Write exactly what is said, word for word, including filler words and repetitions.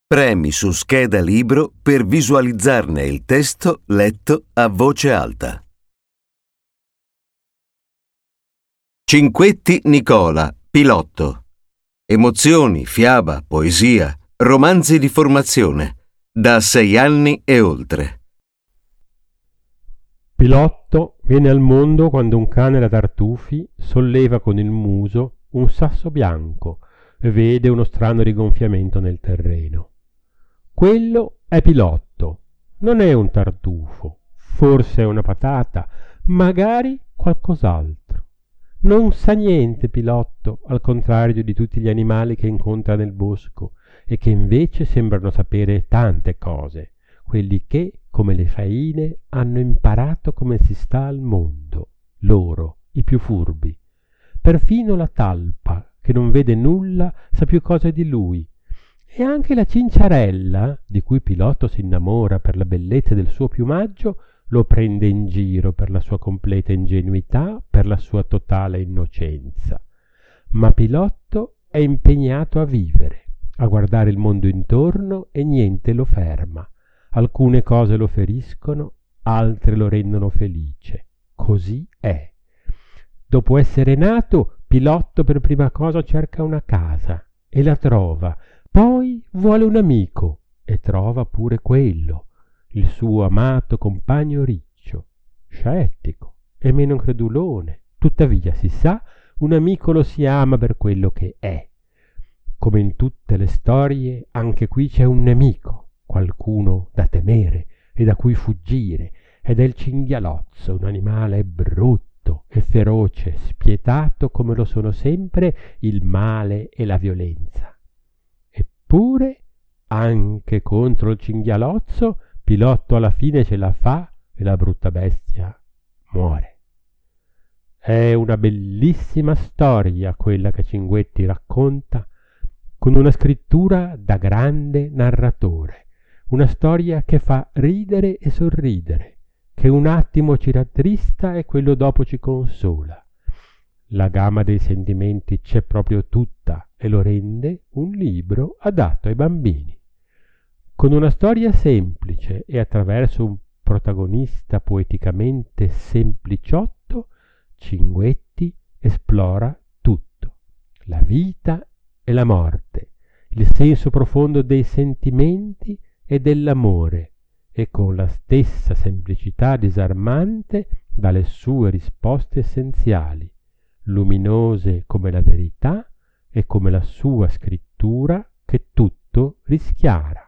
Premi su scheda libro per visualizzarne il testo letto a voce alta. Cinquetti Nicola, pilotto. Emozioni, fiaba, poesia, romanzi di formazione, da sei anni e oltre. Pilotto viene al mondo quando un cane da tartufi solleva con il muso un sasso bianco e vede uno strano rigonfiamento nel terreno. Quello è Pilotto, non è un tartufo, forse è una patata, magari qualcos'altro. Non sa niente Pilotto, al contrario di tutti gli animali che incontra nel bosco e che invece sembrano sapere tante cose, quelli che, come le faine, hanno imparato come si sta al mondo, loro, i più furbi. Perfino la talpa, che non vede nulla, sa più cose di lui. E anche la cinciarella, di cui Pilotto si innamora per la bellezza del suo piumaggio, lo prende in giro per la sua completa ingenuità, per la sua totale innocenza. Ma Pilotto è impegnato a vivere, a guardare il mondo intorno e niente lo ferma. Alcune cose lo feriscono, altre lo rendono felice. Così è. Dopo essere nato, Pilotto per prima cosa cerca una casa e la trova. Poi vuole un amico e trova pure quello, il suo amato compagno Riccio, scettico e meno credulone. Tuttavia, si sa, un amico lo si ama per quello che è. Come in tutte le storie, anche qui c'è un nemico, qualcuno da temere e da cui fuggire, ed è il cinghialozzo, un animale brutto e feroce, spietato come lo sono sempre il male e la violenza. Eppure, anche contro il cinghialozzo, Pilotto alla fine ce la fa e la brutta bestia muore. È una bellissima storia quella che Cinquetti racconta, con una scrittura da grande narratore, una storia che fa ridere e sorridere, che un attimo ci rattrista e quello dopo ci consola. La gamma dei sentimenti c'è proprio tutta e lo rende un libro adatto ai bambini. Con una storia semplice e attraverso un protagonista poeticamente sempliciotto, Cinquetti esplora tutto, la vita e la morte, il senso profondo dei sentimenti e dell'amore, e con la stessa semplicità disarmante dà le sue risposte essenziali, luminose come la verità e come la sua scrittura che tutto rischiara.